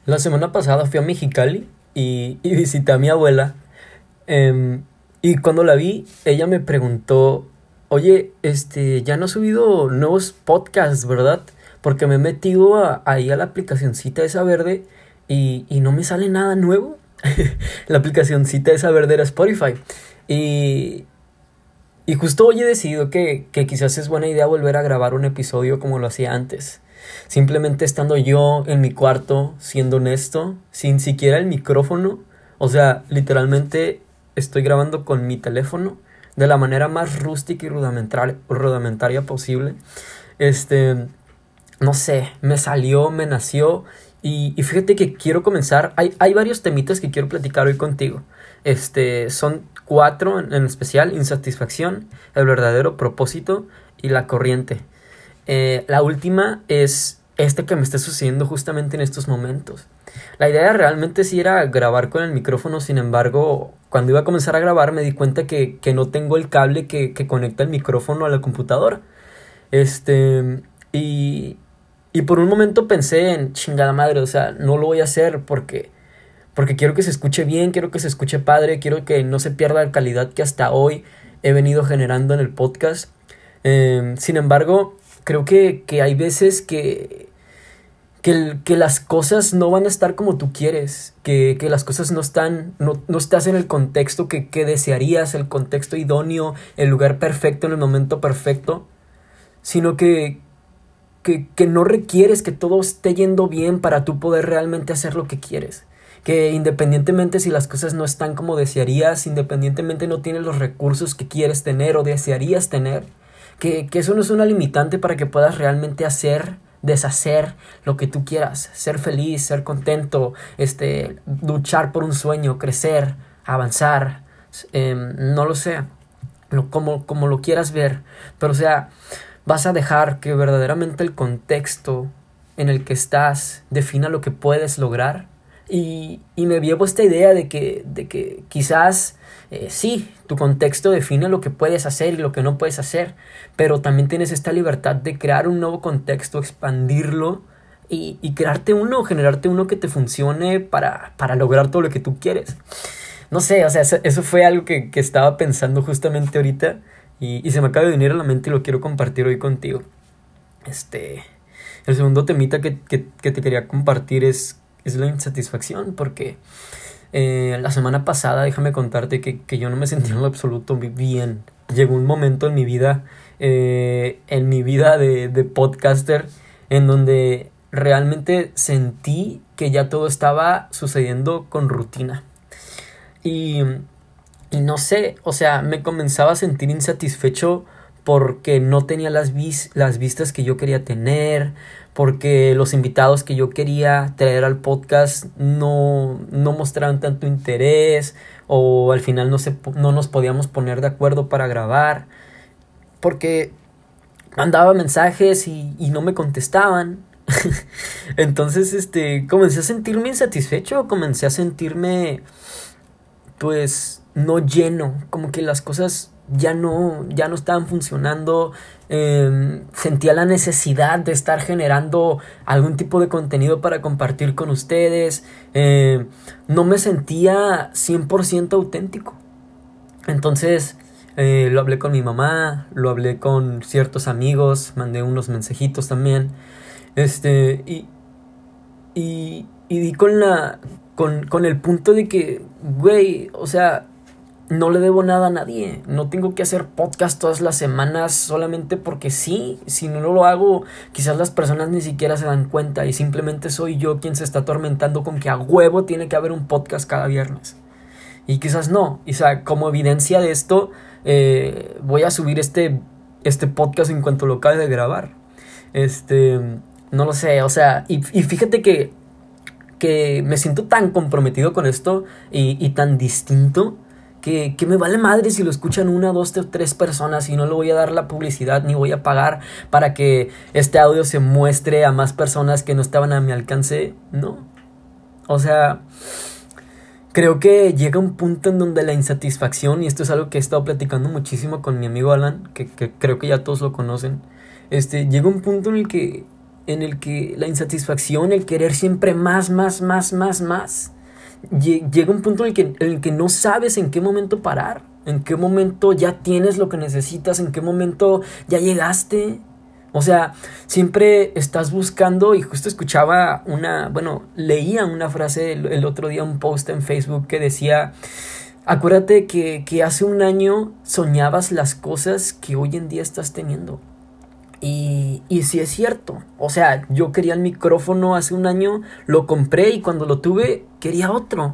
La semana pasada fui a Mexicali y visité a mi abuela. Y cuando la vi, ella me preguntó, oye, ya no has subido nuevos podcasts, ¿verdad? Porque me he metido ahí a la aplicacioncita esa verde y no me sale nada nuevo. La aplicacioncita esa verde era Spotify. Y, y justo hoy he decidido que quizás es buena idea volver a grabar un episodio como lo hacía antes. Simplemente estando yo en mi cuarto, siendo honesto, sin siquiera el micrófono. O sea, literalmente estoy grabando con mi teléfono de la manera más rústica y rudimentaria posible. No sé, me salió, me nació. Y fíjate que quiero comenzar. Hay varios temitas que quiero platicar hoy contigo. Son 4 en especial: insatisfacción, el verdadero propósito y la corriente. La última es que me está sucediendo justamente en estos momentos. La idea realmente sí era grabar con el micrófono. Sin embargo, cuando iba a comenzar a grabar me di cuenta que no tengo el cable que conecta el micrófono a la computadora. Y por un momento pensé en chingada madre, o sea, no lo voy a hacer porque quiero que se escuche bien, quiero que se escuche padre, quiero que no se pierda la calidad que hasta hoy he venido generando en el podcast. Sin embargo, creo que hay veces que las cosas no van a estar como tú quieres, que las cosas no estás en el contexto que desearías, el contexto idóneo, el lugar perfecto en el momento perfecto, sino que no requieres que todo esté yendo bien para tú poder realmente hacer lo que quieres. Que independientemente si las cosas no están como desearías, independientemente no tienes los recursos que quieres tener o desearías tener, que eso no es una limitante para que puedas realmente deshacer lo que tú quieras, ser feliz, ser contento, luchar por un sueño, crecer, avanzar, no lo sé, como lo quieras ver, pero o sea, vas a dejar que verdaderamente el contexto en el que estás defina lo que puedes lograr. Y me llevo esta idea de que quizás sí, tu contexto define lo que puedes hacer y lo que no puedes hacer, pero también tienes esta libertad de crear un nuevo contexto, expandirlo y generarte uno que te funcione para lograr todo lo que tú quieres. No sé, o sea, eso fue algo que estaba pensando justamente ahorita y se me acaba de venir a la mente y lo quiero compartir hoy contigo. El segundo temita que te quería compartir es la insatisfacción, porque la semana pasada, déjame contarte que yo no me sentía en lo absoluto bien. Llegó un momento en mi vida, de podcaster, en donde realmente sentí que ya todo estaba sucediendo con rutina. Y no sé, o sea, me comenzaba a sentir insatisfecho porque no tenía las vistas que yo quería tener, porque los invitados que yo quería traer al podcast no mostraban tanto interés, o al final no nos podíamos poner de acuerdo para grabar, porque mandaba mensajes y no me contestaban. Entonces, comencé a sentirme insatisfecho, comencé a sentirme, pues, no lleno, como que las cosas ya no estaban funcionando. Sentía la necesidad de estar generando algún tipo de contenido para compartir con ustedes. No me sentía 100% auténtico. Entonces lo hablé con mi mamá, lo hablé con ciertos amigos, mandé unos mensajitos también. Y di con el punto de que, güey, o sea, no le debo nada a nadie. No tengo que hacer podcast todas las semanas solamente porque sí. Si no lo hago, quizás las personas ni siquiera se dan cuenta y simplemente soy yo quien se está atormentando con que a huevo tiene que haber un podcast cada viernes. Y quizás no. O sea, como evidencia de esto, voy a subir este podcast en cuanto lo acabe de grabar. No lo sé, o sea, y fíjate que me siento tan comprometido con esto y tan distinto que me vale madre si lo escuchan 1, 2 o 3 personas y no le voy a dar la publicidad ni voy a pagar para que este audio se muestre a más personas que no estaban a mi alcance. No, o sea, creo que llega un punto en donde la insatisfacción, y esto es algo que he estado platicando muchísimo con mi amigo Alan, que creo que ya todos lo conocen, llega un punto en el que en el que la insatisfacción, el querer siempre más, llega un punto en el que no sabes en qué momento parar, en qué momento ya tienes lo que necesitas, en qué momento ya llegaste. O sea, siempre estás buscando, y justo escuchaba leía una frase el otro día, un post en Facebook que decía: acuérdate que hace un año soñabas las cosas que hoy en día estás teniendo. Y sí es cierto. O sea, yo quería el micrófono hace un año, lo compré y cuando lo tuve quería otro.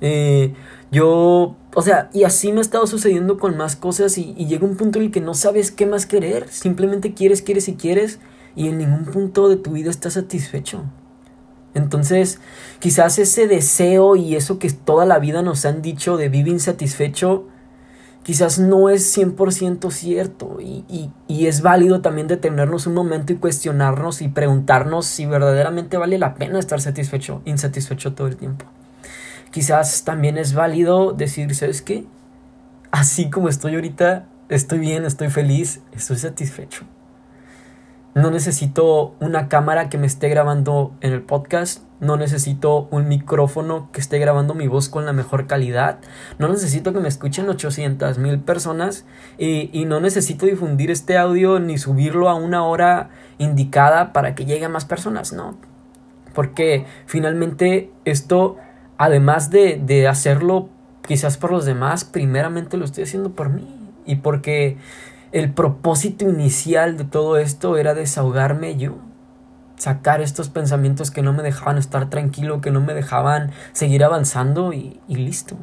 Y así me ha estado sucediendo con más cosas y llega un punto en el que no sabes qué más querer. Simplemente quieres y en ningún punto de tu vida estás satisfecho. Entonces, quizás ese deseo y eso que toda la vida nos han dicho de vive insatisfecho, quizás no es 100% cierto y es válido también detenernos un momento y cuestionarnos y preguntarnos si verdaderamente vale la pena estar insatisfecho todo el tiempo. Quizás también es válido decir, ¿sabes qué? Así como estoy ahorita, estoy bien, estoy feliz, estoy satisfecho. No necesito una cámara que me esté grabando en el podcast. No necesito un micrófono que esté grabando mi voz con la mejor calidad. No necesito que me escuchen 800,000 personas. Y no necesito difundir este audio ni subirlo a una hora indicada para que llegue a más personas. No. Porque finalmente esto, además de hacerlo quizás por los demás, primeramente lo estoy haciendo por mí. Y porque el propósito inicial de todo esto era desahogarme yo. Sacar estos pensamientos que no me dejaban estar tranquilo, que no me dejaban seguir avanzando y listo.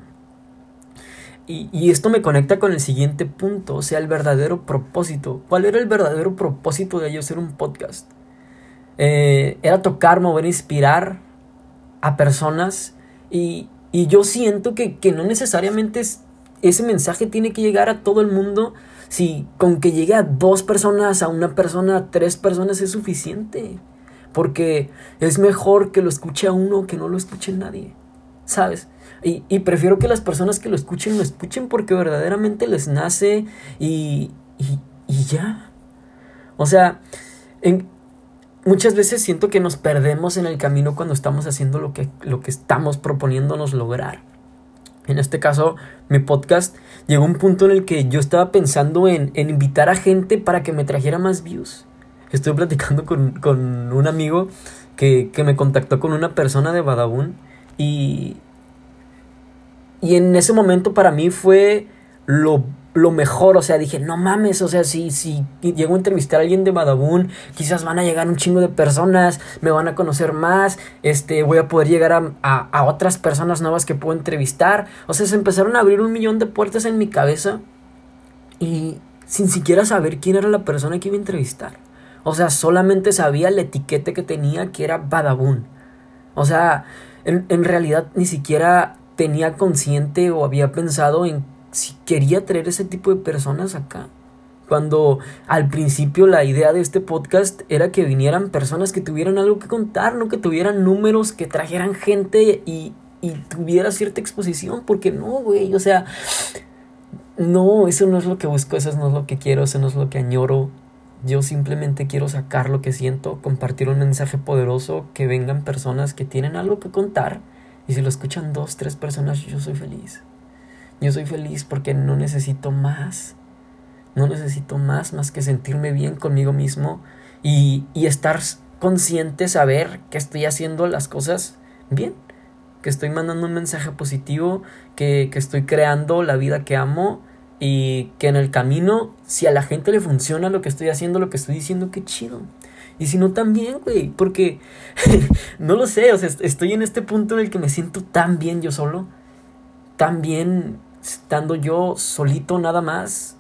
Y esto me conecta con el siguiente punto, o sea, el verdadero propósito. ¿Cuál era el verdadero propósito de yo hacer un podcast? Era tocar, mover, inspirar a personas y yo siento que no necesariamente ese mensaje tiene que llegar a todo el mundo. Si con que llegue a 2 personas, a 1 persona, a 3 personas es suficiente. Porque es mejor que lo escuche a uno que no lo escuche nadie, ¿sabes? Y prefiero que las personas que lo escuchen porque verdaderamente les nace y ya. O sea, muchas veces siento que nos perdemos en el camino cuando estamos haciendo lo que estamos proponiéndonos lograr. En este caso, mi podcast llegó a un punto en el que yo estaba pensando en invitar a gente para que me trajera más views. Estoy platicando con un amigo que me contactó con una persona de Badabun y en ese momento para mí fue lo mejor. O sea, dije, no mames, o sea, si llego a entrevistar a alguien de Badabun, quizás van a llegar un chingo de personas, me van a conocer más, voy a poder llegar a otras personas nuevas que puedo entrevistar. O sea, se empezaron a abrir 1,000,000 de puertas en mi cabeza y sin siquiera saber quién era la persona que iba a entrevistar. O sea, solamente sabía la etiqueta que tenía, que era Badabun. O sea, en realidad ni siquiera tenía consciente o había pensado en si quería traer ese tipo de personas acá. Cuando al principio la idea de este podcast era que vinieran personas que tuvieran algo que contar, no que tuvieran números, que trajeran gente y tuviera cierta exposición. Porque no, güey, o sea, no, eso no es lo que busco, eso no es lo que quiero, eso no es lo que añoro. Yo simplemente quiero sacar lo que siento, compartir un mensaje poderoso, que vengan personas que tienen algo que contar. Y si lo escuchan 2, 3 personas, yo soy feliz. Yo soy feliz porque no necesito más. No necesito más que sentirme bien conmigo mismo y estar consciente, saber que estoy haciendo las cosas bien. Que estoy mandando un mensaje positivo, que estoy creando la vida que amo. Y que en el camino, si a la gente le funciona lo que estoy haciendo, lo que estoy diciendo, qué chido. Y si no, también, güey, porque no lo sé, o sea, estoy en este punto en el que me siento tan bien yo solo, tan bien estando yo solito nada más.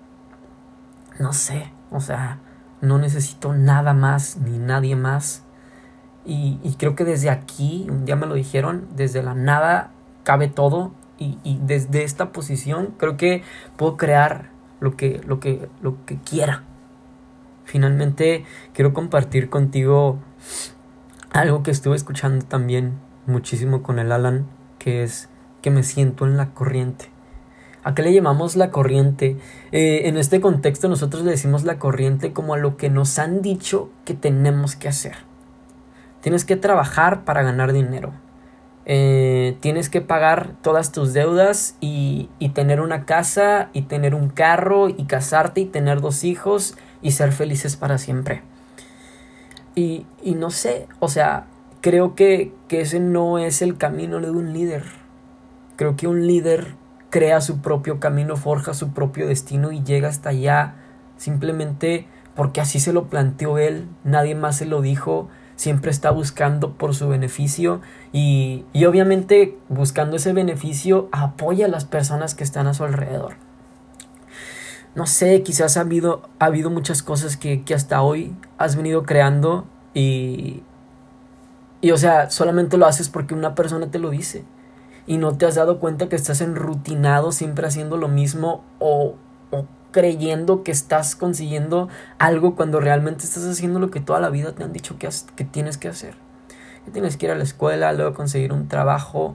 No sé, o sea, no necesito nada más ni nadie más. Y creo que desde aquí, un día me lo dijeron, desde la nada cabe todo. Y desde esta posición creo que puedo crear lo que quiera. Finalmente quiero compartir contigo algo que estuve escuchando también muchísimo con el Alan, que es que me siento en la corriente. ¿A qué le llamamos la corriente? En este contexto nosotros le decimos la corriente como a lo que nos han dicho que tenemos que hacer. Tienes que trabajar para ganar dinero. Tienes que pagar todas tus deudas y tener una casa y tener un carro y casarte y tener 2 hijos y ser felices para siempre. Y no sé, o sea, creo que ese no es el camino de un líder. Creo que un líder crea su propio camino, forja su propio destino y llega hasta allá simplemente porque así se lo planteó él, nadie más se lo dijo, siempre está buscando por su beneficio y obviamente buscando ese beneficio apoya a las personas que están a su alrededor. No sé, quizás ha habido muchas cosas que hasta hoy has venido creando y o sea, solamente lo haces porque una persona te lo dice. Y no te has dado cuenta que estás enrutinado siempre haciendo lo mismo o creyendo que estás consiguiendo algo cuando realmente estás haciendo lo que toda la vida te han dicho que tienes que hacer. Que tienes que ir a la escuela, luego conseguir un trabajo,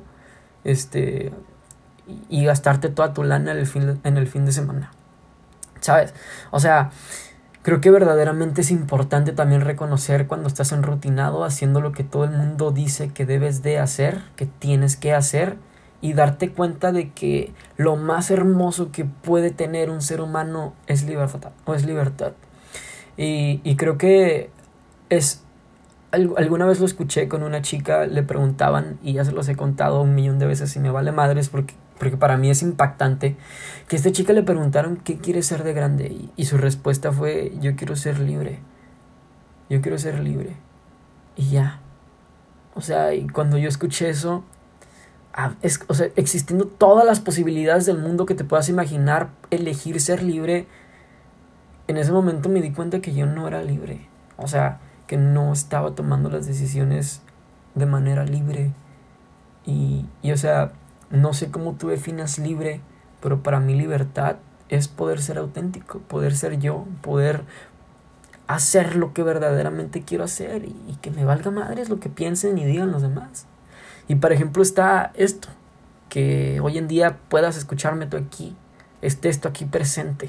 y gastarte toda tu lana en el fin de semana. ¿Sabes? O sea, creo que verdaderamente es importante también reconocer cuando estás enrutinado haciendo lo que todo el mundo dice que debes de hacer, que tienes que hacer, y darte cuenta de que lo más hermoso que puede tener un ser humano es libertad. Y creo que alguna vez lo escuché con una chica, le preguntaban, y ya se los he contado 1,000,000 de veces y me vale madres porque para mí es impactante, que a esta chica le preguntaron qué quiere ser de grande y su respuesta fue: yo quiero ser libre, yo quiero ser libre. Y ya. O sea, y cuando yo escuché eso, o sea, existiendo todas las posibilidades del mundo que te puedas imaginar, elegir ser libre, en ese momento me di cuenta que yo no era libre. O sea, que no estaba tomando las decisiones de manera libre. Y o sea, no sé cómo tú definas libre, pero para mí libertad es poder ser auténtico, poder ser yo, poder hacer lo que verdaderamente quiero hacer y que me valga madres lo que piensen y digan los demás. Y por ejemplo está esto, que hoy en día puedas escucharme tú aquí, esté esto aquí presente.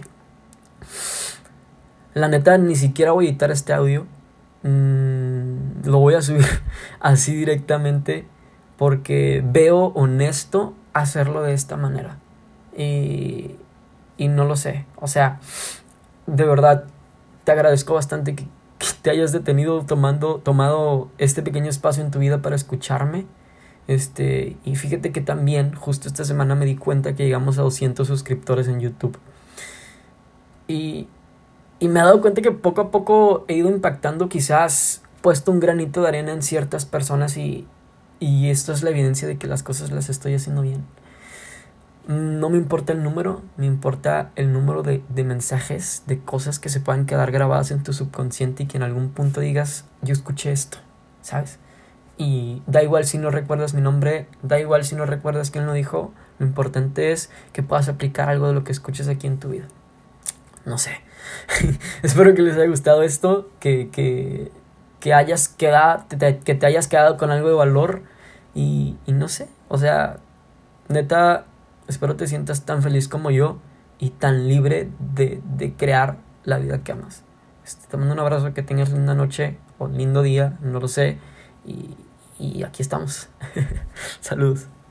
La neta, ni siquiera voy a editar este audio, lo voy a subir así directamente porque veo honesto hacerlo de esta manera. Y no lo sé, o sea, de verdad te agradezco bastante que te hayas detenido tomado este pequeño espacio en tu vida para escucharme. Y fíjate que también justo esta semana me di cuenta que llegamos a 200 suscriptores en YouTube. Y me he dado cuenta que poco a poco he ido impactando, quizás puesto un granito de arena en ciertas personas y esto es la evidencia de que las cosas las estoy haciendo bien. No me importa el número, me importa el número de mensajes, de cosas que se puedan quedar grabadas en tu subconsciente y que en algún punto digas: yo escuché esto, ¿sabes? Y da igual si no recuerdas mi nombre, da igual si no recuerdas quién lo dijo, lo importante es que puedas aplicar algo de lo que escuches aquí en tu vida. No sé. Espero que les haya gustado esto, que te hayas quedado con algo de valor y no sé, o sea, neta, espero te sientas tan feliz como yo y tan libre de crear la vida que amas. Te mando un abrazo, que tengas una noche o un lindo día, no lo sé, y aquí estamos. Saludos.